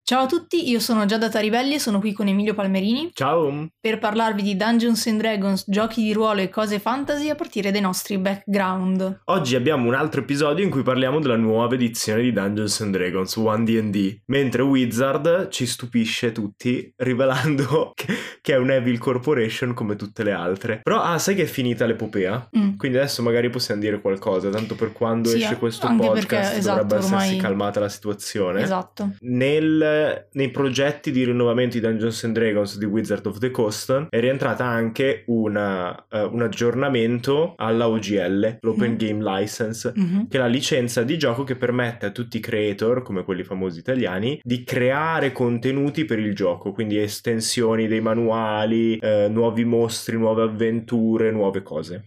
Ciao a tutti, io sono Giada Taribelli e sono qui con Emilio Palmerini. Ciao! Per parlarvi di Dungeons and Dragons, giochi di ruolo e cose fantasy a partire dai nostri background. Oggi abbiamo un altro episodio in cui parliamo della nuova edizione di Dungeons and Dragons, 1D&D, mentre Wizard ci stupisce tutti rivelando che è un Evil Corporation come tutte le altre. Però, sai che è finita l'epopea? Quindi adesso magari possiamo dire qualcosa, tanto per quando esce questo podcast perché, dovrebbe essersi ormai... calmata la situazione. Esatto. Nei progetti di rinnovamento di Dungeons and Dragons di Wizard of the Coast è rientrata anche un aggiornamento alla OGL, l'Open Game License, che è la licenza di gioco che permette a tutti i creator, come quelli famosi italiani, di creare contenuti per il gioco, quindi estensioni dei manuali, nuovi mostri, nuove avventure, nuove cose.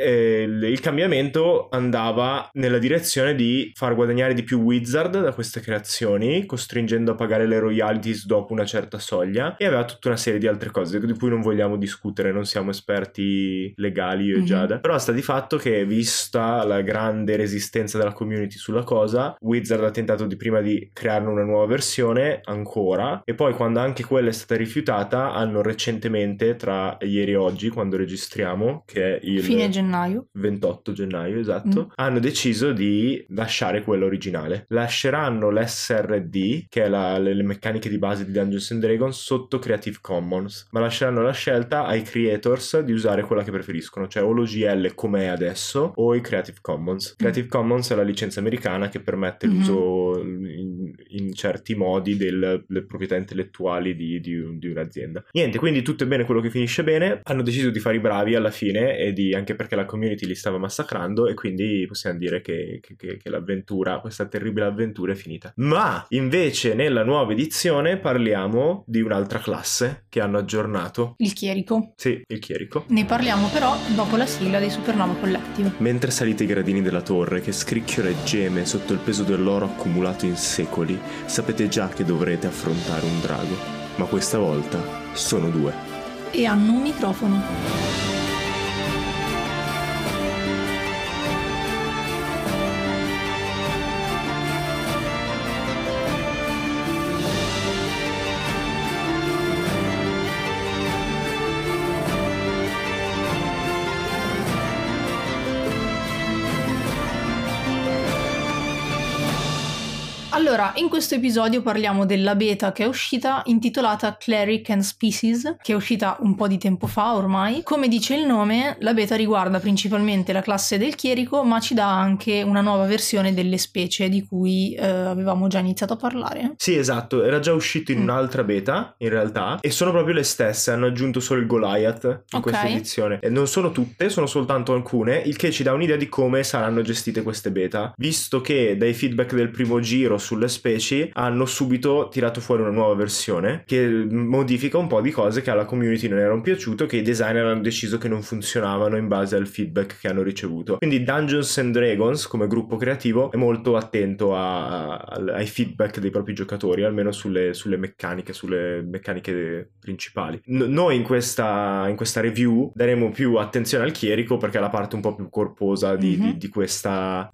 Il cambiamento andava nella direzione di far guadagnare di più Wizard da queste creazioni, costringendo a pagare le royalties dopo una certa soglia, e aveva tutta una serie di altre cose di cui non vogliamo discutere, non siamo esperti legali io e Giada, però sta di fatto che, vista la grande resistenza della community sulla cosa, Wizard ha tentato di prima di crearne una nuova versione ancora, e poi quando anche quella è stata rifiutata hanno recentemente, tra ieri e oggi quando registriamo, che è il fine gennaio, 28 gennaio, esatto, hanno deciso di lasciare quella originale. Lasceranno l'SRD, che è le meccaniche di base di Dungeons and Dragons, sotto Creative Commons, ma lasceranno la scelta ai creators di usare quella che preferiscono, cioè o l'OGL come è adesso o i Creative Commons. Creative Commons è la licenza americana che permette l'uso in certi modi delle proprietà intellettuali di un'azienda. Niente, quindi tutto è bene quello che finisce bene. Hanno deciso di fare i bravi alla fine, anche perché la community li stava massacrando, e quindi possiamo dire che l'avventura, questa terribile avventura, è finita. Ma invece nella nuova edizione parliamo di un'altra classe che hanno aggiornato. Il chierico. Sì, il chierico. Ne parliamo però dopo la sigla dei Supernova Collective. Mentre salite i gradini della torre che scricchiola e geme sotto il peso dell'oro accumulato in secoli, sapete già che dovrete affrontare un drago. Ma questa volta sono due. E hanno un microfono. Allora, in questo episodio parliamo della beta che è uscita, intitolata Cleric and Species, che è uscita un po' di tempo fa ormai. Come dice il nome, la beta riguarda principalmente la classe del chierico, ma ci dà anche una nuova versione delle specie di cui avevamo già iniziato a parlare. Sì, esatto, era già uscito in un'altra beta, in realtà, e sono proprio le stesse, hanno aggiunto solo il Goliath in questa edizione. E non sono tutte, sono soltanto alcune, il che ci dà un'idea di come saranno gestite queste beta, visto che dai feedback del primo giro sulle specie hanno subito tirato fuori una nuova versione che modifica un po' di cose che alla community non erano piaciuto, che i designer hanno deciso che non funzionavano in base al feedback che hanno ricevuto. Quindi Dungeons and Dragons, come gruppo creativo, è molto attento ai feedback dei propri giocatori, almeno sulle meccaniche principali. Noi in questa review daremo più attenzione al chierico, perché è la parte un po' più corposa di questa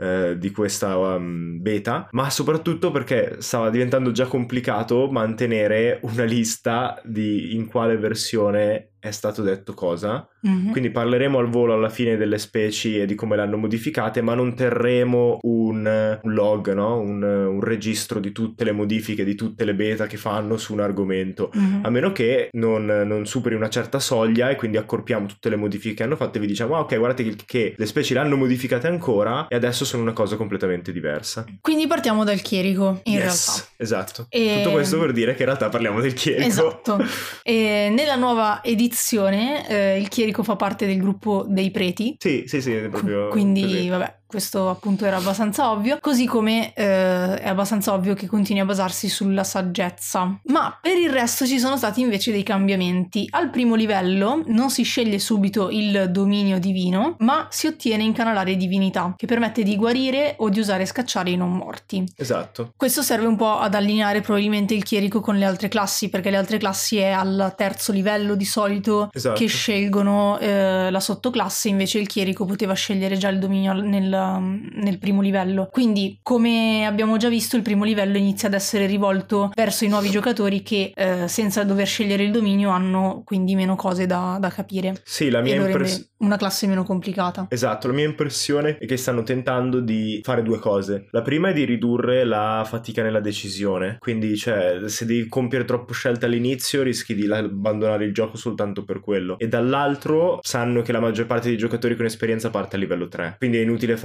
beta, ma soprattutto perché stava diventando già complicato mantenere una lista di in quale versione è stato detto cosa. Quindi parleremo al volo alla fine delle specie e di come le hanno modificate, ma non terremo un log, no? un registro di tutte le modifiche, di tutte le beta che fanno su un argomento, a meno che non superi una certa soglia, e quindi accorpiamo tutte le modifiche che hanno fatto e vi diciamo ok, guardate che le specie le hanno modificate ancora e adesso sono una cosa completamente diversa. Quindi partiamo dal chierico, in realtà. Esatto. Tutto questo per dire che in realtà parliamo del chierico. Esatto. E nella nuova edizione il chierico fa parte del gruppo dei preti. Sì, è proprio quindi così. Vabbè, questo appunto era abbastanza ovvio, così come è abbastanza ovvio che continui a basarsi sulla saggezza. Ma per il resto ci sono stati invece dei cambiamenti. Al primo livello non si sceglie subito il dominio divino, ma si ottiene incanalare divinità, che permette di guarire o di usare e scacciare i non morti. Esatto. Questo serve un po' ad allineare probabilmente il chierico con le altre classi, perché le altre classi è al terzo livello di solito che scelgono la sottoclasse, invece il chierico poteva scegliere già il dominio nel primo livello. Quindi, come abbiamo già visto, il primo livello inizia ad essere rivolto verso i nuovi giocatori che senza dover scegliere il dominio hanno quindi meno cose da capire. Sì, la mia impressione, una classe meno complicata. Esatto, la mia impressione è che stanno tentando di fare due cose. La prima è di ridurre la fatica nella decisione, quindi cioè se devi compiere troppo scelte all'inizio rischi di abbandonare il gioco soltanto per quello, e dall'altro sanno che la maggior parte dei giocatori con esperienza parte a livello 3, quindi è inutile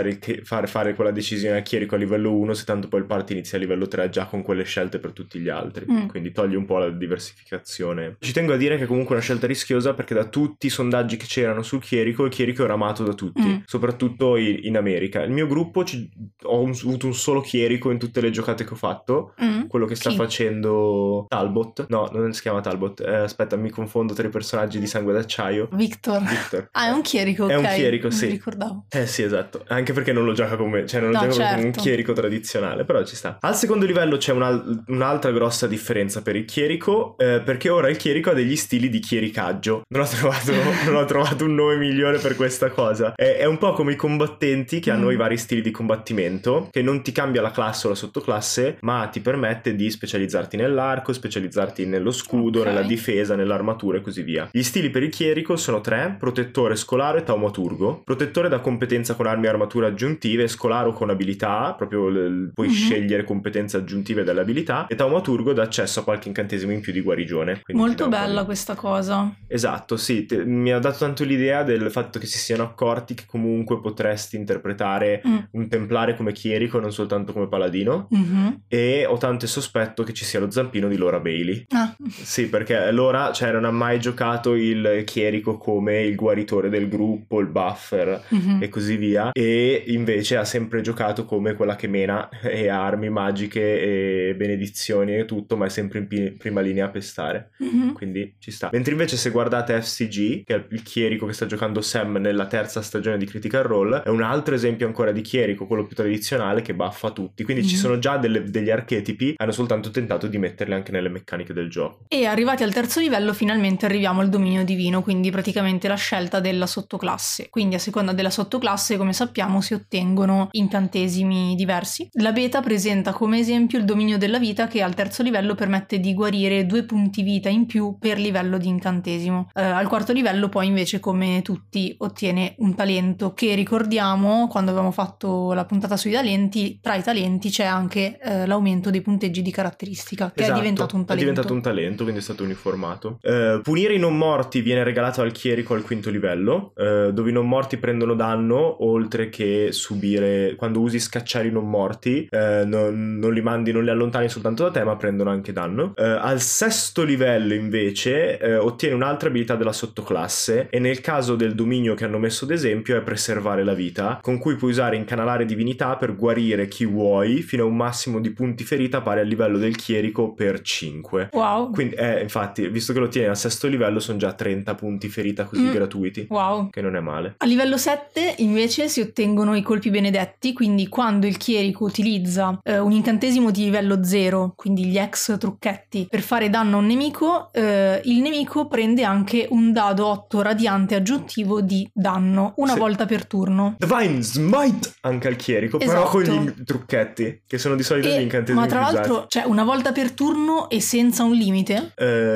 fare quella decisione a chierico a livello 1 se tanto poi il party inizia a livello 3 già con quelle scelte per tutti gli altri, quindi togli un po' la diversificazione. Ci tengo a dire che è comunque una scelta rischiosa, perché da tutti i sondaggi che c'erano sul chierico, il chierico era amato da tutti, soprattutto in America. Il mio gruppo ho avuto un solo chierico in tutte le giocate che ho fatto, quello che sta facendo Talbot. No, non si chiama Talbot, aspetta, mi confondo tra i personaggi di Sangue d'acciaio. Victor. Ah, è un chierico, ok. È un chierico, sì. Non mi ricordavo. Sì, esatto. Anche perché non lo gioca come, cioè non lo gioca come un chierico tradizionale, però ci sta. Al secondo livello c'è un'altra grossa differenza per il chierico, perché ora il chierico ha degli stili di chiericaggio. Non ho trovato un nome migliore per questa cosa. È un po' come i combattenti che hanno i vari stili di combattimento, che non ti cambia la classe o la sottoclasse, ma ti permette di specializzarti nell'arco, specializzarti nello scudo, nella difesa, nell'armatura e così via. Gli stili per il chierico sono 3: protettore, scolaro e taumaturgo. Protettore da competenza con armi e armature aggiuntive, scolaro con abilità, proprio puoi scegliere competenze aggiuntive dalle abilità, e taumaturgo da accesso a qualche incantesimo in più di guarigione. Molto bella questa cosa. Esatto, sì, mi ha dato tanto l'idea del fatto che si siano accorti che comunque potresti interpretare un templare come chierico, non soltanto come paladino, e ho tanto il sospetto che ci sia lo zampino di Laura Bailey. Sì, perché Laura, cioè, non ha mai giocato il chierico come il guaritore del gruppo, il buffer e così via, e invece ha sempre giocato come quella che mena e ha armi magiche e benedizioni e tutto, ma è sempre in prima linea a pestare, quindi ci sta. Mentre invece se guardate FCG, che è il chierico che sta giocando Sam nella terza stagione di Critical Role, è un altro esempio ancora di chierico, quello più tradizionale, che buffa tutti, quindi ci sono già degli archetipi, hanno soltanto tentato di metterli anche nelle meccaniche del gioco. E arrivati al terzo livello finalmente arriviamo al dominio divino, quindi praticamente la scelta della sottoclasse. Quindi a seconda della sottoclasse, come sappiamo, si ottengono incantesimi diversi. La beta presenta come esempio il dominio della vita, che al terzo livello permette di guarire 2 punti vita in più per livello di incantesimo. Al quarto livello poi invece, come tutti, ottiene un talento che, ricordiamo, quando avevamo fatto la puntata sui talenti, tra i talenti c'è anche l'aumento dei punteggi di caratteristica, che esatto, è diventato un talento. È diventato un talento, quindi è stato uniformato. Punire i non morti viene regalato al chierico al quinto livello, dove i non morti prendono danno, oltre che subire, quando usi scacciare i non morti, non li mandi, non li allontani soltanto da te, ma prendono anche danno. Al sesto livello invece ottiene un'altra abilità della sottoclasse, e nel caso del dominio che hanno messo ad esempio è preservare la vita, con cui puoi usare incanalare divinità per guarire chi vuoi fino a un massimo di punti ferita pari al livello del chierico per 5. Wow. Quindi infatti, visto che lo tieni al sesto livello, sono già 30 punti ferita così gratuiti. Wow. Che non è male. A livello 7 invece si ottengono i colpi benedetti, quindi quando il chierico utilizza un incantesimo di livello 0, quindi gli ex trucchetti, per fare danno a un nemico, il nemico prende anche un dado 8 radiante aggiuntivo di danno una volta per turno. Divine Smite anche al chierico, esatto. Però con gli trucchetti, che sono di solito gli incantesimi. Ma tra l'altro, cioè, una volta per turno e senza un limite?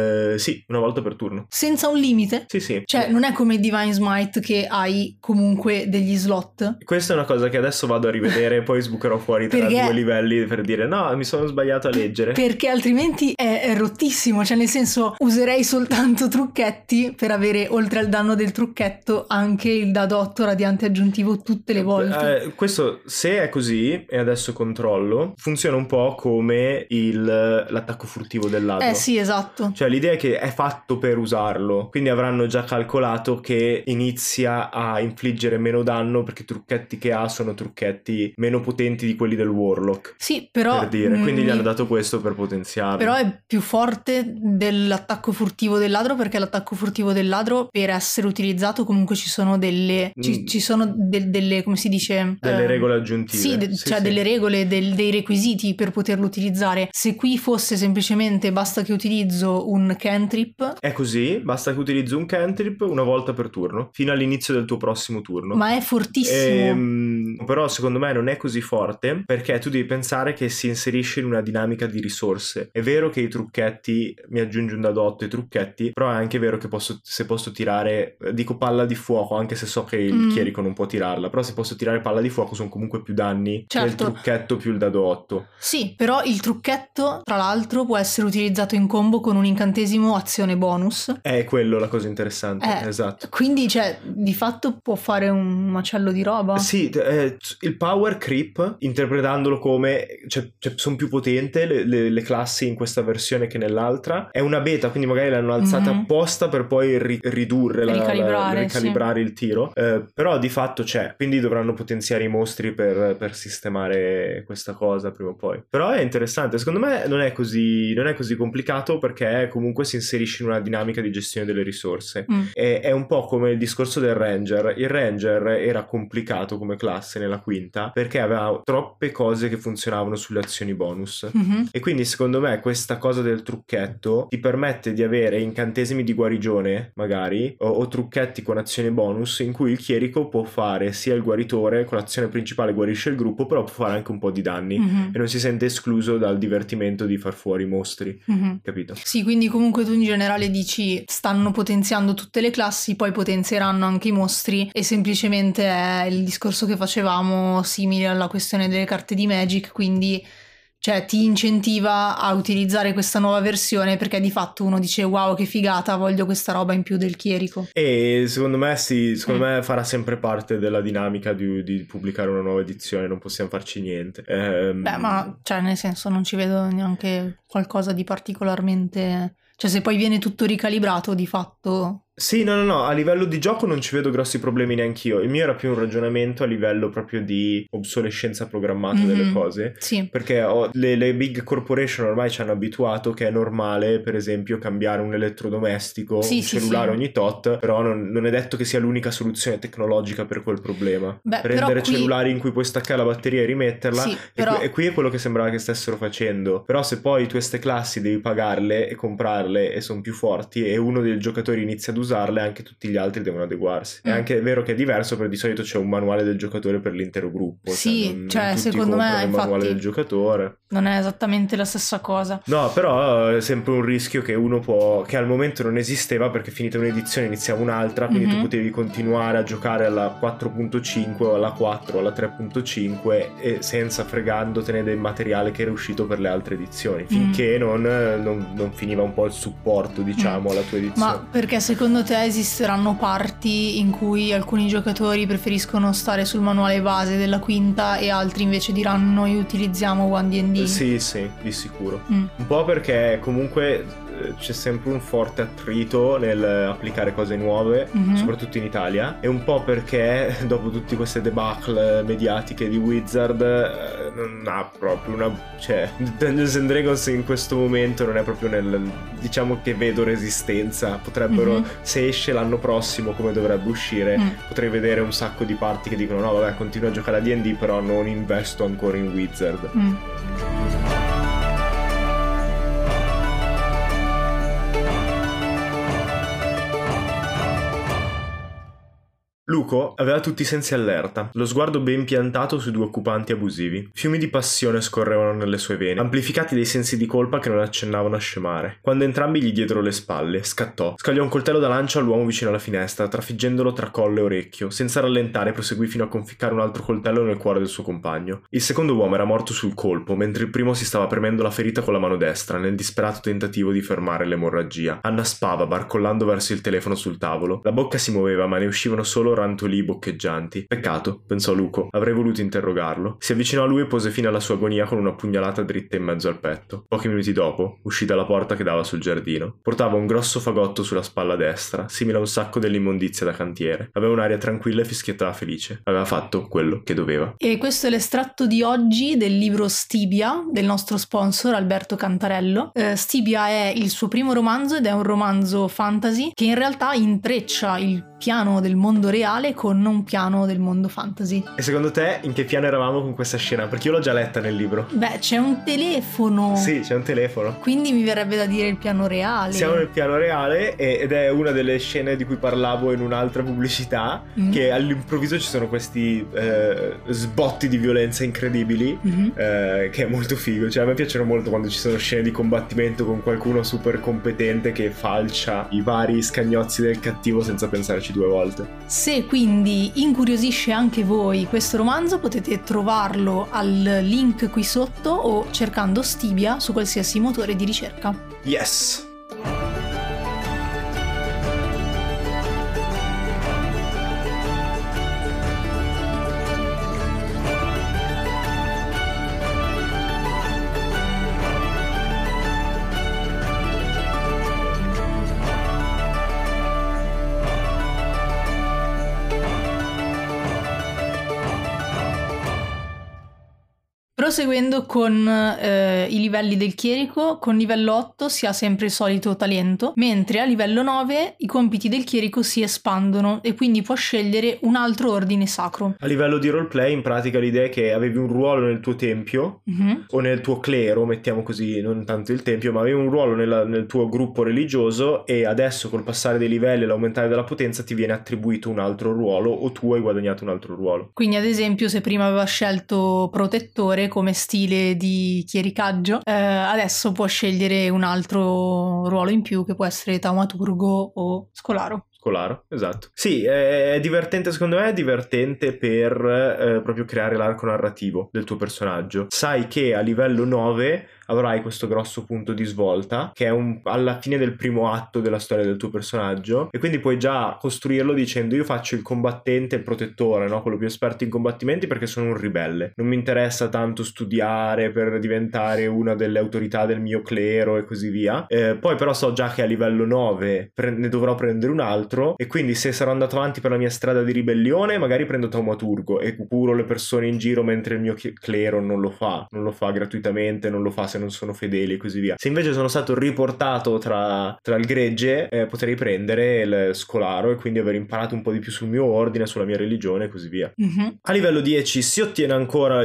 Sì, una volta per turno. Senza un limite? Sì. Cioè, non è come Divine Smite che hai comunque degli slot. Questa è una cosa che adesso vado a rivedere e poi sbucherò fuori tra 2 livelli per dire no, mi sono sbagliato a leggere. Perché altrimenti è rottissimo, cioè nel senso, userei soltanto trucchetti per avere, oltre al danno del trucchetto, anche il dado 8 radiante aggiuntivo tutte le volte. Questo, se è così, e adesso controllo, funziona un po' come l'attacco furtivo del ladro. Sì, esatto. Cioè l'idea è che è fatto per usarlo, quindi avranno già calcolato che inizia a infliggere meno danno perché i trucchetti che ha sono trucchetti meno potenti di quelli del Warlock. Sì, però... Per dire, quindi gli hanno dato questo per potenziarlo. Però è più forte dell'attacco furtivo del ladro, perché l'attacco furtivo del ladro, per essere utilizzato, comunque ci sono delle... ci sono delle, come si dice? Delle regole aggiuntive. Sì, delle regole, dei requisiti per poterlo utilizzare. Se qui fosse semplicemente basta che utilizzo un cantrip... È così, basta che utilizzi un cantrip una volta per turno, fino all'inizio del tuo prossimo turno. Ma è fortissimo. Però secondo me non è così forte, perché tu devi pensare che si inserisce in una dinamica di risorse. È vero che i trucchetti, mi aggiungi un dado 8 ai trucchetti, però è anche vero che se posso tirare, dico palla di fuoco, anche se so che il chierico non può tirarla, però se posso tirare palla di fuoco sono comunque più danni che il trucchetto più il dado 8. Sì, però il trucchetto, tra l'altro, può essere utilizzato in combo con un incantesimo azione bonus. È quello la cosa interessante, esatto. Quindi, cioè, di fatto può fare un macello di roba. Sì, il power creep, interpretandolo come, cioè sono più potenti le classi in questa versione che nell'altra. È una beta, quindi magari l'hanno alzata apposta per poi ridurre, ricalibrare il tiro. Però di fatto c'è, quindi dovranno potenziare i mostri per sistemare questa cosa prima o poi. Però è interessante, secondo me non è così complicato, perché comunque si inserisce in una dinamica di gestione delle risorse. È un po' come il discorso del ranger. Il ranger era complicato come classe nella quinta perché aveva troppe cose che funzionavano sulle azioni bonus, e quindi secondo me questa cosa del trucchetto ti permette di avere incantesimi di guarigione magari o trucchetti con azioni bonus in cui il chierico può fare sia il guaritore, con l'azione principale guarisce il gruppo, però può fare anche un po' di danni e non si sente escluso dal divertimento di far fuori i mostri, capito? Sì, quindi comunque tu in generale dici stanno potenziando tutte le classi, poi potenzieranno anche i mostri, e semplicemente è il discorso che facevamo simile alla questione delle carte di Magic, quindi cioè ti incentiva a utilizzare questa nuova versione perché di fatto uno dice wow che figata, voglio questa roba in più del chierico. E secondo me me farà sempre parte della dinamica di pubblicare una nuova edizione, non possiamo farci niente. Ma cioè nel senso non ci vedo neanche qualcosa di particolarmente, cioè se poi viene tutto ricalibrato di fatto... Sì, no, a livello di gioco non ci vedo grossi problemi neanch'io. Il mio era più un ragionamento a livello proprio di obsolescenza programmata delle cose. Sì. Perché le big corporation ormai ci hanno abituato che è normale, per esempio, cambiare un elettrodomestico, un cellulare ogni tot, però non è detto che sia l'unica soluzione tecnologica per quel problema. Prendere cellulari in cui puoi staccare la batteria e rimetterla, e qui è quello che sembrava che stessero facendo. Però se poi tu queste classi devi pagarle e comprarle e sono più forti e uno dei giocatori inizia ad usarle, anche tutti gli altri devono adeguarsi. È anche vero che è diverso, perché di solito c'è un manuale del giocatore per l'intero gruppo. Sì, cioè secondo me il manuale del giocatore non è esattamente la stessa cosa. No, però è sempre un rischio che uno può, che al momento non esisteva, perché finita un'edizione iniziava un'altra, quindi tu potevi continuare a giocare alla 4.5 o alla 4 o alla 3.5 e senza fregandotene del materiale che era uscito per le altre edizioni, finché non finiva un po' il supporto, diciamo, alla tua edizione. Ma perché secondo te esisteranno parti in cui alcuni giocatori preferiscono stare sul manuale base della quinta e altri invece diranno noi utilizziamo One D&D? Sì, di sicuro. Un po' perché comunque c'è sempre un forte attrito nel applicare cose nuove, soprattutto in Italia, e un po' perché dopo tutte queste debacle mediatiche di Wizard non ha proprio cioè Dungeons and Dragons in questo momento non è proprio diciamo che vedo resistenza. Potrebbero, se esce l'anno prossimo come dovrebbe uscire, potrei vedere un sacco di parti che dicono no vabbè, continuo a giocare a D&D, però non investo ancora in Wizard. Luco aveva tutti i sensi allerta, lo sguardo ben piantato sui due occupanti abusivi. Fiumi di passione scorrevano nelle sue vene, amplificati dai sensi di colpa che non accennavano a scemare. Quando entrambi gli diedero le spalle, scattò. Scagliò un coltello da lancio all'uomo vicino alla finestra, trafiggendolo tra collo e orecchio. Senza rallentare proseguì fino a conficcare un altro coltello nel cuore del suo compagno. Il secondo uomo era morto sul colpo, mentre il primo si stava premendo la ferita con la mano destra, nel disperato tentativo di fermare l'emorragia. Annaspava, barcollando verso il telefono sul tavolo. La bocca si muoveva, ma ne uscivano solo rantoli boccheggianti. Peccato, pensò Luco, avrei voluto interrogarlo. Si avvicinò a lui e pose fine alla sua agonia con una pugnalata dritta in mezzo al petto. Pochi minuti dopo, uscì dalla porta che dava sul giardino. Portava un grosso fagotto sulla spalla destra, simile a un sacco dell'immondizia da cantiere. Aveva un'aria tranquilla e fischiettava felice. Aveva fatto quello che doveva. E questo è l'estratto di oggi del libro Stibia, del nostro sponsor Alberto Cantarello. Stibia è il suo primo romanzo ed è un romanzo fantasy che in realtà intreccia il piano del mondo reale con un piano del mondo fantasy. E secondo te in che piano eravamo con questa scena? Perché io l'ho già letta nel libro. Beh, c'è un telefono. Sì, c'è un telefono. Quindi mi verrebbe da dire il piano reale. Siamo nel piano reale ed è una delle scene di cui parlavo in un'altra pubblicità, che all'improvviso ci sono questi sbotti di violenza incredibili, che è molto figo. Cioè a me piacciono molto quando ci sono scene di combattimento con qualcuno super competente che falcia i vari scagnozzi del cattivo senza pensarci due volte. Se quindi incuriosisce anche voi questo romanzo, potete trovarlo al link qui sotto o cercando Stibia su qualsiasi motore di ricerca. Yes! Proseguendo con i livelli del chierico, con livello 8 si ha sempre il solito talento, mentre a livello 9 i compiti del chierico si espandono e quindi può scegliere un altro ordine sacro. A livello di roleplay, in pratica l'idea è che avevi un ruolo nel tuo tempio o nel tuo clero, mettiamo così, non tanto il tempio, ma avevi un ruolo nel tuo gruppo religioso e adesso col passare dei livelli e l'aumentare della potenza ti viene attribuito un altro ruolo o tu hai guadagnato un altro ruolo. Quindi ad esempio se prima aveva scelto protettore come stile di chiericaggio, adesso può scegliere un altro ruolo in più che può essere taumaturgo o scolaro. Scolaro, esatto. Sì, è divertente, secondo me è divertente per proprio creare l'arco narrativo del tuo personaggio. Sai che a livello 9 avrai questo grosso punto di svolta che è alla fine del primo atto della storia del tuo personaggio e quindi puoi già costruirlo dicendo io faccio il combattente, il protettore, no? Quello più esperto in combattimenti perché sono un ribelle. Non mi interessa tanto studiare per diventare una delle autorità del mio clero e così via. Poi però so già che a livello 9 ne dovrò prendere un altro e quindi se sarò andato avanti per la mia strada di ribellione magari prendo taumaturgo e curo le persone in giro mentre il mio clero non lo fa gratuitamente, non lo fa se non sono fedeli e così via. Se invece sono stato riportato tra il gregge, potrei prendere il scolaro e quindi aver imparato un po' di più sul mio ordine, sulla mia religione e così via. A livello 10 si ottiene ancora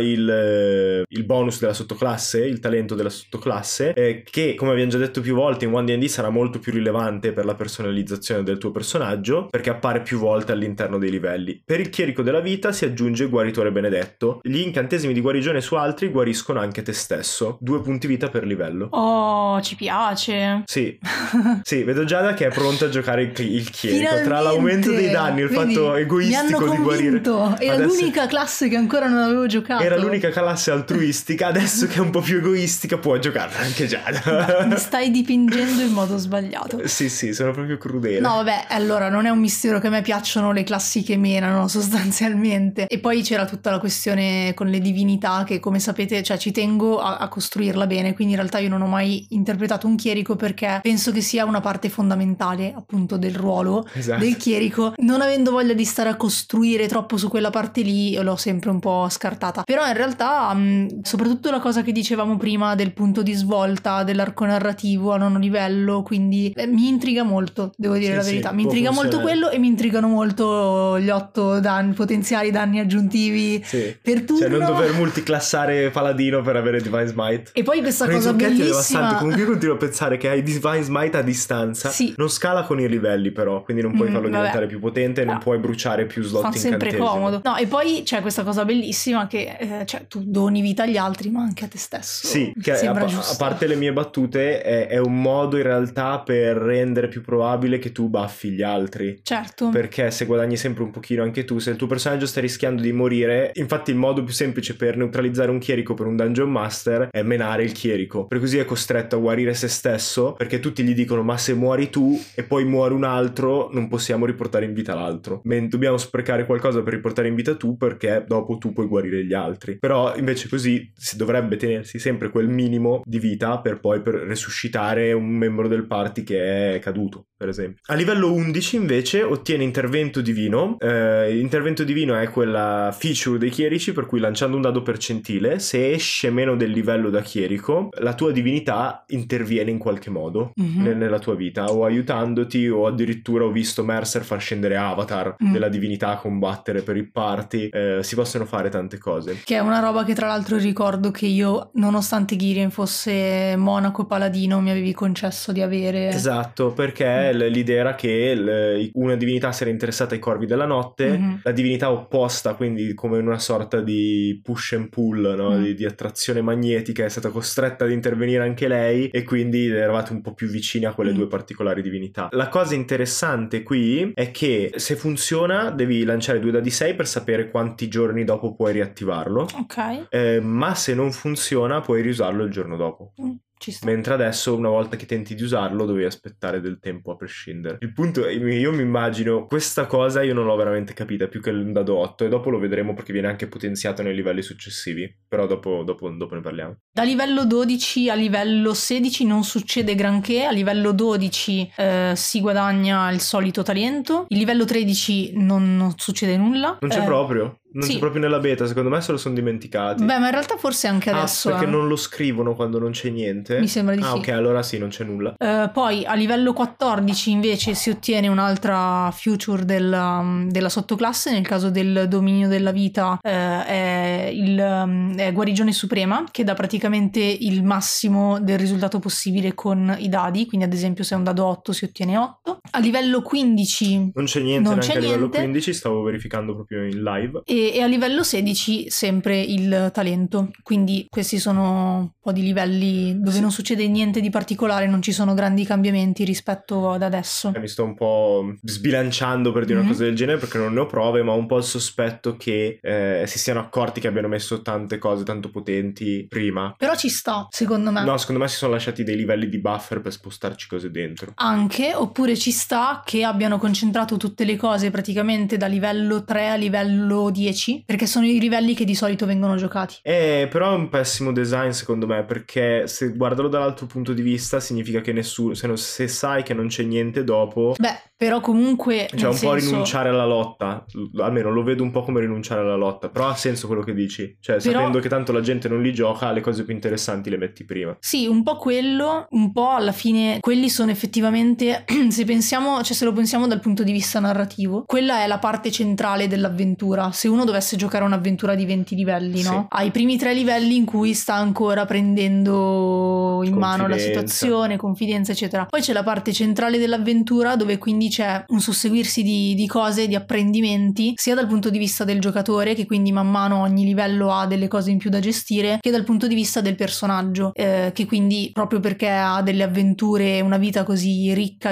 il bonus della sottoclasse, il talento della sottoclasse, che come abbiamo già detto più volte in 1D&D sarà molto più rilevante per la personalizzazione del tuo personaggio perché appare più volte all'interno dei livelli. Per il chierico della vita si aggiunge guaritore benedetto. Gli incantesimi di guarigione su altri guariscono anche te stesso. 2 punti vita per livello. Oh, ci piace. Sì, sì, vedo Giada che è pronta a giocare il chierico. Finalmente. Tra l'aumento dei danni e il fatto egoistico di guarire. Era l'unica classe che ancora non avevo giocato. Era l'unica classe altruistica, adesso che è un po' più egoistica può giocarla anche Giada. Mi stai dipingendo in modo sbagliato. Sì, sono proprio crudele. No, vabbè, allora non è un mistero che a me piacciono le classi che menano sostanzialmente. E poi c'era tutta la questione con le divinità che, come sapete, cioè ci tengo a costruirla bene, quindi in realtà io non ho mai interpretato un chierico perché penso che sia una parte fondamentale appunto del ruolo del chierico. Non avendo voglia di stare a costruire troppo su quella parte lì l'ho sempre un po' scartata, però in realtà soprattutto la cosa che dicevamo prima del punto di svolta dell'arco narrativo a nono livello, quindi mi intriga molto, devo dire la verità, mi intriga molto quello e mi intrigano molto gli 8 potenziali danni aggiuntivi per turno, cioè non dover multiclassare paladino per avere Divine Smite. E poi questa cosa bellissima, comunque io continuo a pensare che hai Divine Smite a distanza, non scala con i livelli però, quindi non puoi farlo diventare più potente e non puoi bruciare più slot incantesimi. Fa sempre comodo. No, e poi c'è questa cosa bellissima che cioè tu doni vita agli altri ma anche a te stesso. Sì, che a parte le mie battute è un modo in realtà per rendere più probabile che tu buffi gli altri. Certo. Perché se guadagni sempre un pochino anche tu, se il tuo personaggio sta rischiando di morire, infatti il modo più semplice per neutralizzare un chierico per un Dungeon Master è menare il chierico, per così è costretto a guarire se stesso, perché tutti gli dicono ma se muori tu e poi muore un altro non possiamo riportare in vita l'altro, dobbiamo sprecare qualcosa per riportare in vita tu perché dopo tu puoi guarire gli altri. Però invece così si dovrebbe tenersi sempre quel minimo di vita per poi resuscitare un membro del party che è caduto, per esempio. A livello 11 invece ottiene intervento divino. Intervento divino è quella feature dei chierici per cui lanciando un dado percentile, se esce meno del livello da chierico diabolico, la tua divinità interviene in qualche modo nella tua vita, o aiutandoti, o addirittura ho visto Mercer far scendere Avatar della divinità a combattere per i party. Si possono fare tante cose. Che è una roba che tra l'altro ricordo che io, nonostante Girien fosse monaco paladino, mi avevi concesso di avere. Esatto, perché l'idea era che una divinità si era interessata ai corvi della notte, la divinità opposta, quindi come una sorta di push and pull, no? Di attrazione magnetica, è stata costretta ad intervenire anche lei, e quindi eravate un po' più vicini a quelle due particolari divinità. La cosa interessante qui è che se funziona devi lanciare 2 dadi 6 per sapere quanti giorni dopo puoi riattivarlo. Ok. Ma se non funziona puoi riusarlo il giorno dopo. Mentre adesso, una volta che tenti di usarlo, devi aspettare del tempo a prescindere. Il punto è, io mi immagino questa cosa, io non l'ho veramente capita più che il dado 8, e dopo lo vedremo perché viene anche potenziato nei livelli successivi, però dopo ne parliamo. Da livello 12 a livello 16 non succede granché, a livello 12 si guadagna il solito talento, il livello 13 non succede nulla. Non c'è proprio? Non c'è proprio nella beta, secondo me se lo sono dimenticati. Beh, ma in realtà forse anche adesso. Perché non lo scrivono quando non c'è niente? Mi sembra di sì. Ok, allora sì, non c'è nulla. Poi a livello 14 invece si ottiene un'altra feature della sottoclasse. Nel caso del dominio della vita è guarigione suprema, che dà praticamente il massimo del risultato possibile con i dadi. Quindi ad esempio se è un dado 8 si ottiene 8. A livello 15 non c'è niente, neanche a livello 15, stavo verificando proprio in live. E a livello 16 sempre il talento, quindi questi sono un po' di livelli dove non succede niente di particolare, non ci sono grandi cambiamenti rispetto ad adesso. Mi sto un po' sbilanciando per dire una cosa del genere perché non ne ho prove, ma ho un po' il sospetto che si siano accorti che abbiano messo tante cose tanto potenti prima. Però ci sta, secondo me. No, secondo me si sono lasciati dei livelli di buffer per spostarci cose dentro. Anche, oppure ci sta che abbiano concentrato tutte le cose praticamente da livello 3 a livello 10, perché sono i livelli che di solito vengono giocati. Però è un pessimo design secondo me, perché se guardalo dall'altro punto di vista significa che nessuno, se sai che non c'è niente dopo, beh, però comunque cioè un po' rinunciare alla lotta, almeno lo vedo un po' come rinunciare alla lotta, però ha senso quello che dici, cioè sapendo che tanto la gente non li gioca, le cose più interessanti le metti prima. Sì, un po' quello, un po' alla fine quelli sono effettivamente, se pensiamo, cioè se lo pensiamo dal punto di vista narrativo, quella è la parte centrale dell'avventura. Se uno dovesse giocare un'avventura di 20 livelli, no? Ha i primi 3 livelli in cui sta ancora prendendo in mano la situazione, confidenza eccetera. Poi c'è la parte centrale dell'avventura dove quindi c'è un susseguirsi di cose, di apprendimenti, sia dal punto di vista del giocatore, che quindi man mano ogni livello ha delle cose in più da gestire, che dal punto di vista del personaggio, che quindi proprio perché ha delle avventure, una vita così ricca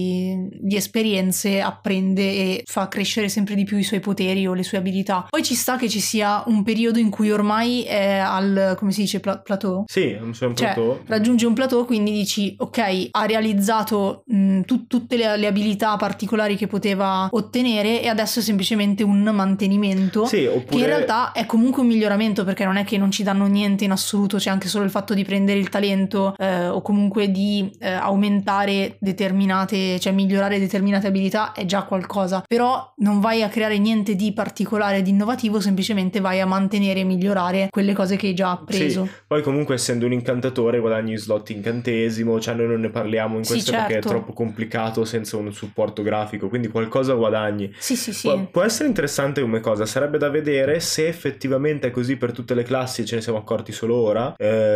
di esperienze, apprende e fa crescere sempre di più i suoi poteri o le sue abilità. Poi ci sta che ci sia un periodo in cui ormai è al, come si dice, plateau? Sì, c'è un plateau. Raggiunge un plateau, quindi dici ok, ha realizzato tutte le abilità particolari che poteva ottenere e adesso è semplicemente un mantenimento, che in realtà è comunque un miglioramento, perché non è che non ci danno niente in assoluto, c'è anche solo il fatto di prendere il talento o comunque di aumentare determinate, cioè migliorare determinate abilità è già qualcosa, però non vai a creare niente di particolare, di innovativo, semplicemente vai a mantenere e migliorare quelle cose che hai già appreso. Sì, poi comunque essendo un incantatore guadagni slot incantesimo, cioè noi non ne parliamo in questo perché è troppo complicato senza un supporto grafico, quindi qualcosa guadagni. Sì. Può essere interessante come cosa, sarebbe da vedere se effettivamente è così per tutte le classi e ce ne siamo accorti solo ora.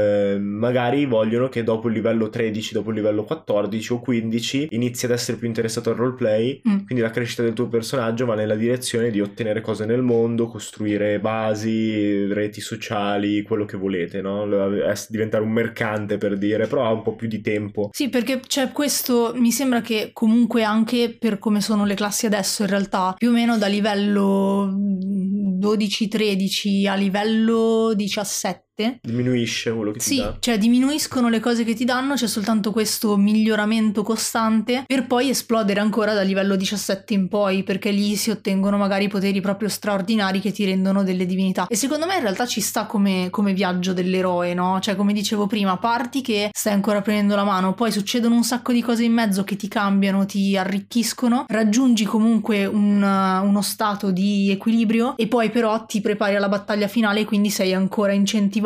Magari vogliono che dopo il livello 13, dopo il livello 14 o 15 inizi ad essere più interessato al roleplay, quindi la crescita del tuo personaggio va nella direzione di ottenere cose nel mondo, costruire basi, reti sociali, quello che volete, no? Diventare un mercante, per dire, però ha un po' più di tempo. Sì, perché c'è questo, mi sembra che comunque anche per come sono le classi adesso, in realtà più o meno da livello 12-13 a livello 17 diminuisce quello che ti dà. Sì, cioè diminuiscono le cose che ti danno, c'è soltanto questo miglioramento costante per poi esplodere ancora da livello 17 in poi, perché lì si ottengono magari poteri proprio straordinari che ti rendono delle divinità. E secondo me in realtà ci sta come viaggio dell'eroe, no? Cioè, come dicevo prima, parti che stai ancora prendendo la mano, poi succedono un sacco di cose in mezzo che ti cambiano, ti arricchiscono, raggiungi comunque uno stato di equilibrio e poi però ti prepari alla battaglia finale, quindi sei ancora incentivato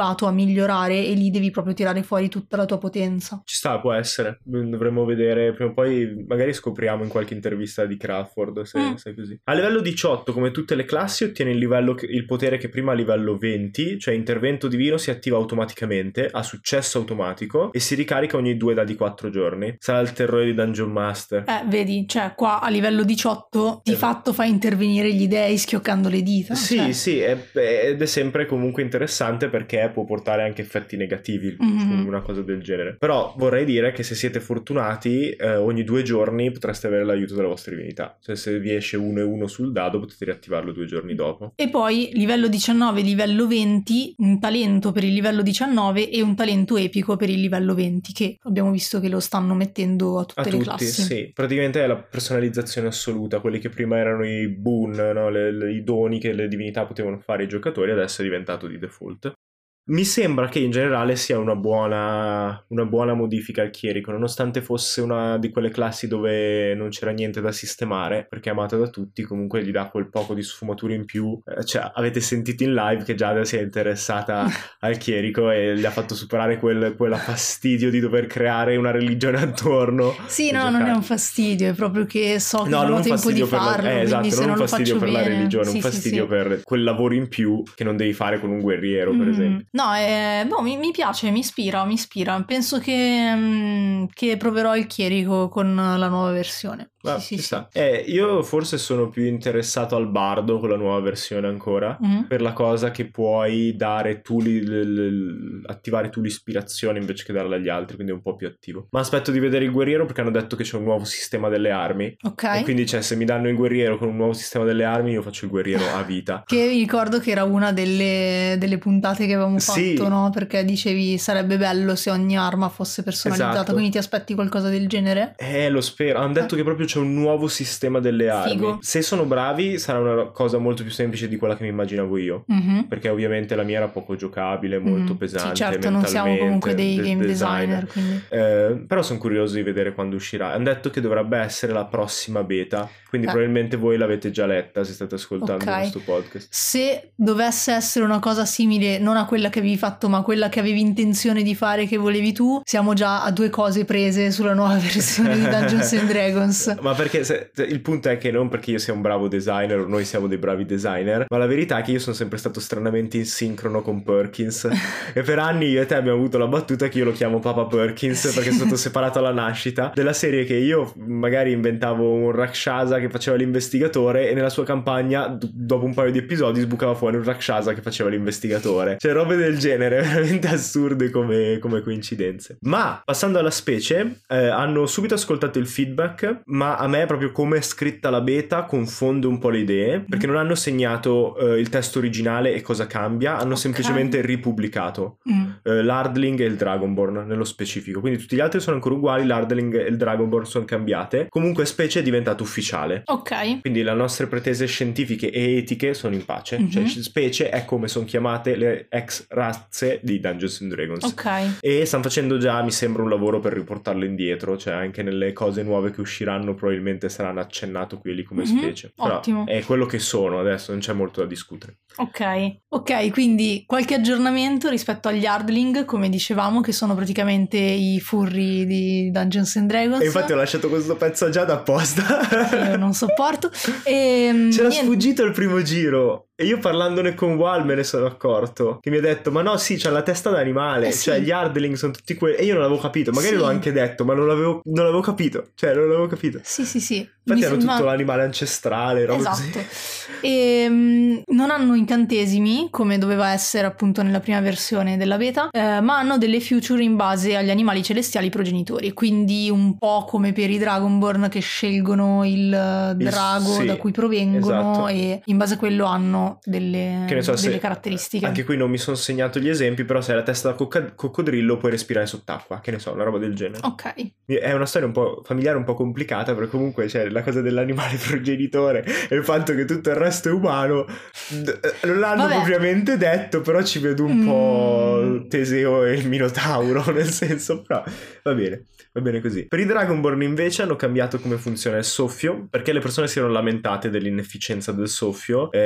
lato a migliorare e lì devi proprio tirare fuori tutta la tua potenza. Ci sta, può essere. Dovremmo vedere prima o poi, magari scopriamo in qualche intervista di Crawford se è così. A livello 18, come tutte le classi, ottiene il potere che prima a livello 20, cioè intervento divino, si attiva automaticamente, ha successo automatico e si ricarica ogni 2 dadi 4 giorni. Sarà il terrore di Dungeon Master. Vedi, cioè qua a livello 18 di fatto fa intervenire gli dei schioccando le dita. Sì, sì, ed è sempre comunque interessante perché può portare anche effetti negativi, una cosa del genere. Però vorrei dire che se siete fortunati, ogni 2 giorni potreste avere l'aiuto della vostra divinità. Cioè se vi esce 1 e 1 sul dado potete riattivarlo 2 giorni dopo. E poi livello 19 livello 20, un talento per il livello 19 e un talento epico per il livello 20, che abbiamo visto che lo stanno mettendo a tutte le classi. Sì, praticamente è la personalizzazione assoluta. Quelli che prima erano i boon, no? I doni che le divinità potevano fare ai giocatori, adesso è diventato di default. Mi sembra che in generale sia una buona modifica al chierico, nonostante fosse una di quelle classi dove non c'era niente da sistemare, perché è amata da tutti, comunque gli dà quel poco di sfumatura in più. Cioè, avete sentito in live che Giada si è interessata al chierico e gli ha fatto superare quella fastidio di dover creare una religione attorno. Sì, no, non è un fastidio, è proprio che so che non ho tempo di farlo, esatto, se non non un fastidio per la religione, sì, un fastidio sì. Per quel lavoro in più che non devi fare con un guerriero, per esempio. No, mi piace, mi ispira. Penso che proverò il chierico con la nuova versione. Sì. Io forse sono più interessato al bardo con la nuova versione ancora, per la cosa che puoi dare tu attivare tu l'ispirazione invece che darla agli altri, quindi è un po' più attivo. Ma aspetto di vedere il guerriero perché hanno detto che c'è un nuovo sistema delle armi. Ok. E quindi se mi danno il guerriero con un nuovo sistema delle armi, io faccio il guerriero a vita. Che ricordo che era una delle puntate che avevamo fatto, no? Perché dicevi sarebbe bello se ogni arma fosse personalizzata, esatto. Quindi ti aspetti qualcosa del genere? Lo spero. Hanno detto che proprio c'è un nuovo sistema delle armi. Figo. Se sono bravi sarà una cosa molto più semplice di quella che mi immaginavo io, perché ovviamente la mia era poco giocabile, molto pesante. Sì, certo, non siamo comunque dei game designer, quindi. Però sono curioso di vedere quando uscirà. Hanno detto che dovrebbe essere la prossima beta, quindi probabilmente voi l'avete già letta se state ascoltando questo podcast. Se dovesse essere una cosa simile, non a quella che avevi fatto ma a quella che avevi intenzione di fare, che volevi tu, siamo già a 2 cose prese sulla nuova versione di Dungeons and Dragons. Ma perché il punto è che non perché io sia un bravo designer o noi siamo dei bravi designer, ma la verità è che io sono sempre stato stranamente in sincrono con Perkins e per anni io e te abbiamo avuto la battuta che io lo chiamo Papa Perkins perché sono stato separato alla nascita, della serie che io magari inventavo un Rakshasa che faceva l'investigatore e nella sua campagna dopo un paio di episodi sbucava fuori un Rakshasa che faceva l'investigatore, cioè robe del genere veramente assurde come coincidenze. Ma passando alla specie, hanno subito ascoltato il feedback, ma a me proprio come è scritta la beta confonde un po' le idee, perché non hanno segnato il testo originale e cosa cambia, hanno semplicemente ripubblicato l'Ardling e il Dragonborn nello specifico, quindi tutti gli altri sono ancora uguali, l'Ardling e il Dragonborn sono cambiate, comunque specie è diventato ufficiale. Ok. Quindi le nostre pretese scientifiche e etiche sono in pace, cioè specie è come sono chiamate le ex razze di Dungeons and Dragons. Ok. E stanno facendo già, mi sembra, un lavoro per riportarlo indietro, cioè anche nelle cose nuove che usciranno probabilmente saranno accennato quelli come specie. Però ottimo. è quello che sono adesso, non c'è molto da discutere. Ok, quindi qualche aggiornamento rispetto agli Ardling, come dicevamo, che sono praticamente i furry di Dungeons and Dragons. E infatti ho lasciato questo pezzo già da apposta. Che io non sopporto. C'era sfuggito il primo giro. E io parlandone con Wal me ne sono accorto, che mi ha detto ma no sì c'ha la testa d'animale, cioè gli Ardling sono tutti quelli, e io non l'avevo capito, magari l'ho anche detto ma non l'avevo capito, Sì. Infatti hanno tutto l'animale ancestrale, roba esatto. così. E non hanno incantesimi come doveva essere appunto nella prima versione della beta, ma hanno delle future in base agli animali celestiali progenitori, quindi un po' come per i Dragonborn che scelgono il drago da cui provengono, e in base a quello hanno delle caratteristiche. Anche qui non mi sono segnato gli esempi, però se hai la testa da coccodrillo puoi respirare sott'acqua, che ne so, una roba del genere. Ok. È una storia un po' familiare, un po' complicata, perché comunque c'è la cosa dell'animale progenitore e il fatto che tutto il resto è umano. Non l'hanno propriamente detto, però ci vedo un po' Teseo e il Minotauro, nel senso, però va bene così. Per i Dragonborn invece hanno cambiato come funziona il soffio, perché le persone si erano lamentate dell'inefficienza del soffio, e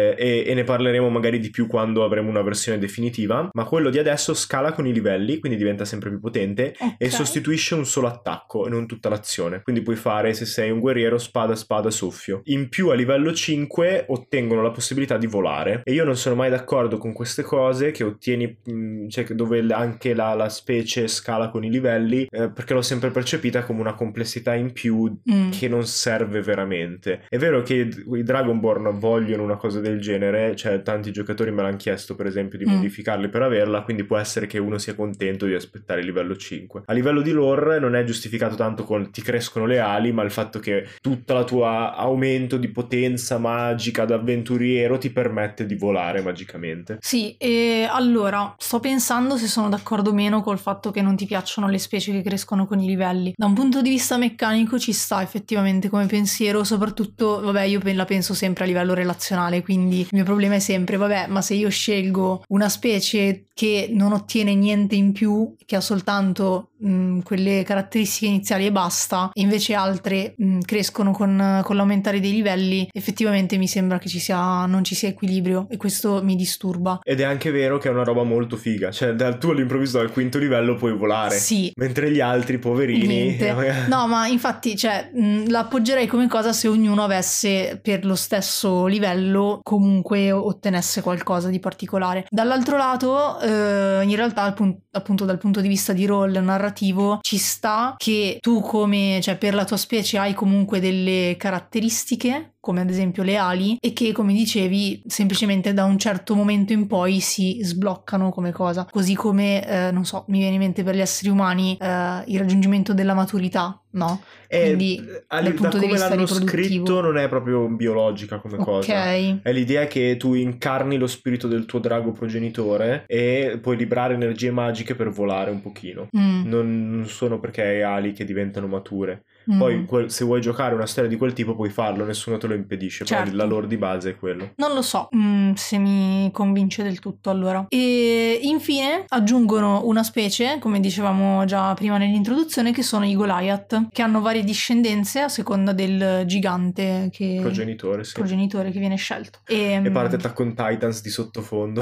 e ne parleremo magari di più quando avremo una versione definitiva, ma quello di adesso scala con i livelli, quindi diventa sempre più potente, e sostituisce un solo attacco e non tutta l'azione, quindi puoi fare, se sei un guerriero, spada, spada, soffio. In più a livello 5 ottengono la possibilità di volare, e io non sono mai d'accordo con queste cose che ottieni, cioè dove anche la specie scala con i livelli, perché l'ho sempre percepita come una complessità in più che non serve veramente. È vero che i Dragonborn vogliono una cosa del genere, cioè tanti giocatori me l'hanno chiesto per esempio di modificarli per averla, quindi può essere che uno sia contento di aspettare il livello 5. A livello di lore non è giustificato tanto con ti crescono le ali, ma il fatto che tutta la tua aumento di potenza magica da avventuriero ti permette di volare magicamente. Sì, e allora sto pensando se sono d'accordo o meno col fatto che non ti piacciono le specie che crescono con i livelli. Da un punto di vista meccanico ci sta effettivamente come pensiero, soprattutto, vabbè, io la penso sempre a livello relazionale, quindi il mio problema è sempre, vabbè, ma se io scelgo una specie che non ottiene niente in più, che ha soltanto quelle caratteristiche iniziali e basta, e invece altre crescono con l'aumentare dei livelli, effettivamente mi sembra che non ci sia equilibrio, e questo mi disturba. Ed è anche vero che è una roba molto figa, cioè tu all'improvviso dal quinto livello puoi volare, sì, mentre gli altri poverini no, ma infatti cioè l'appoggerei come cosa se ognuno avesse per lo stesso livello comunque ottenesse qualcosa di particolare. Dall'altro lato in realtà appunto dal punto di vista di role narrativo ci sta che tu cioè per la tua specie hai comunque delle caratteristiche come ad esempio le ali, e che come dicevi semplicemente da un certo momento in poi si sbloccano come cosa, così come non so, mi viene in mente per gli esseri umani il raggiungimento della maturità, no? Quindi dal punto di vista l'hanno riproduttivo scritto non è proprio biologica come cosa, è l'idea che tu incarni lo spirito del tuo drago progenitore e puoi librare energie magiche per volare un pochino, non sono perché hai ali che diventano mature. Poi se vuoi giocare una storia di quel tipo puoi farlo, nessuno te lo impedisce, certo. Però la lore di base è quello. Non lo so se mi convince del tutto allora. E infine aggiungono una specie, come dicevamo già prima nell'introduzione, che sono i Goliath, che hanno varie discendenze a seconda del gigante progenitore che viene scelto. E parte Attack on Titans di sottofondo.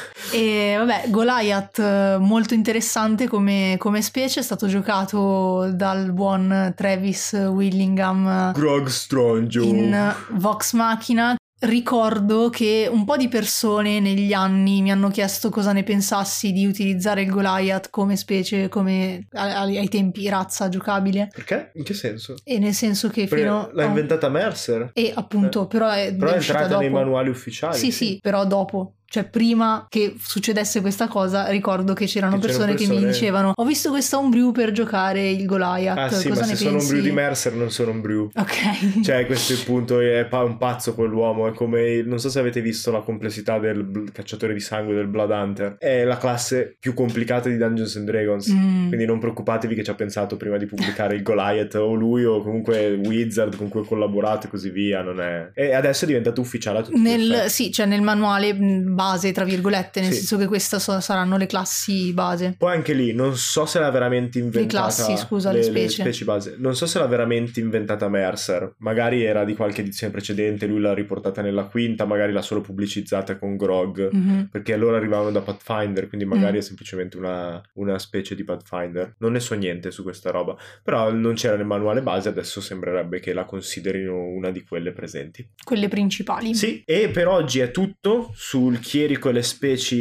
E vabbè, Goliath molto interessante come specie, è stato giocato dal buon Travis Willingham, Grog Strongio, in Vox Machina. Ricordo che un po' di persone negli anni mi hanno chiesto cosa ne pensassi di utilizzare il Goliath come specie, come ai tempi razza giocabile. Perché? In che senso? E nel senso che l'ha inventata Mercer. E appunto, però è entrata dopo. Nei manuali ufficiali. Sì, però dopo. Cioè prima che succedesse questa cosa ricordo che c'erano persone che mi dicevano ho visto questa homebrew per giocare il Goliath, sì, cosa ma ne se pensi? sono homebrew di Mercer non sono homebrew. Ok. Cioè questo è il punto, è un pazzo quell'uomo, è come, non so se avete visto la complessità del cacciatore di sangue, del Blood Hunter, è la classe più complicata di Dungeons and Dragons, quindi non preoccupatevi che ci ha pensato prima di pubblicare il Goliath, o lui o comunque Wizard con cui ho collaborato e così via, non è... E adesso è diventato ufficiale a tutti gli effetti. Sì, cioè nel manuale base tra virgolette, nel senso che queste saranno le classi base. Poi anche lì non so se l'ha veramente inventata, le classi, scusa, le specie base, non so se l'ha veramente inventata Mercer, magari era di qualche edizione precedente, lui l'ha riportata nella quinta, magari l'ha solo pubblicizzata con Grog, perché allora arrivavano da Pathfinder, quindi magari è semplicemente una specie di Pathfinder, non ne so niente su questa roba, però non c'era nel manuale base, adesso sembrerebbe che la considerino una di quelle presenti, quelle principali. Sì, e per oggi è tutto sul chierico e le specie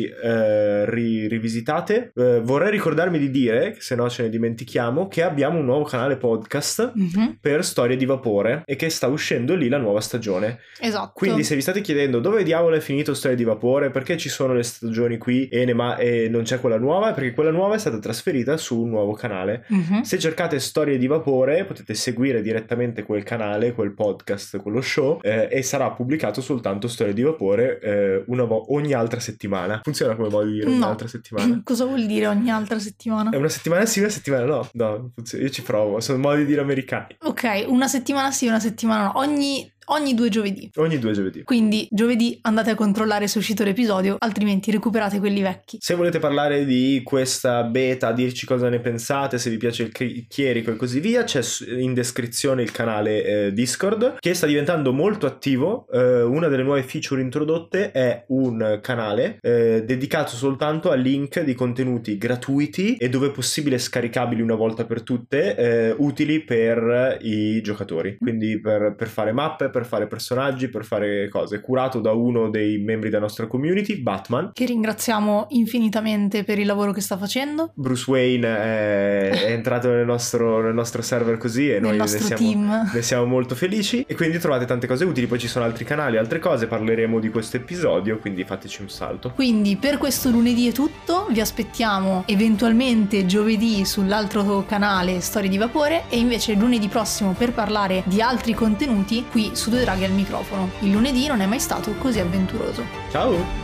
rivisitate. Vorrei ricordarmi di dire, se no ce ne dimentichiamo, che abbiamo un nuovo canale podcast per Storie di Vapore e che sta uscendo lì la nuova stagione. Esatto. Quindi se vi state chiedendo dove diavolo è finito Storie di Vapore, perché ci sono le stagioni qui e non c'è quella nuova, è perché quella nuova è stata trasferita su un nuovo canale. Se cercate Storie di Vapore potete seguire direttamente quel canale, quel podcast, quello show, e sarà pubblicato soltanto Storie di Vapore ogni altra settimana. Funziona come modo di dire ogni altra settimana? Cosa vuol dire ogni altra settimana? È una settimana sì, una settimana no. No, funziona. Io ci provo, sono modi di dire americani. Ok, una settimana sì, una settimana no. ogni 2 giovedì. Ogni 2 giovedì. Quindi giovedì andate a controllare se è uscito l'episodio, altrimenti recuperate quelli vecchi. Se volete parlare di questa beta, dirci cosa ne pensate, se vi piace il chierico e così via, c'è in descrizione il canale Discord, che sta diventando molto attivo. Una delle nuove feature introdotte è un canale dedicato soltanto a link di contenuti gratuiti e dove è possibile scaricabili una volta per tutte, utili per i giocatori, quindi per fare mappe, per fare personaggi, per fare cose, curato da uno dei membri della nostra community, Batman, che ringraziamo infinitamente per il lavoro che sta facendo. Bruce Wayne è entrato nel nostro server così e noi ne siamo molto felici, e quindi trovate tante cose utili. Poi ci sono altri canali, altre cose, parleremo di questo episodio, quindi fateci un salto. Quindi per questo lunedì è tutto, vi aspettiamo eventualmente giovedì sull'altro canale Storie di Vapore, e invece lunedì prossimo per parlare di altri contenuti qui su Due Draghi al microfono. Il lunedì non è mai stato così avventuroso. Ciao!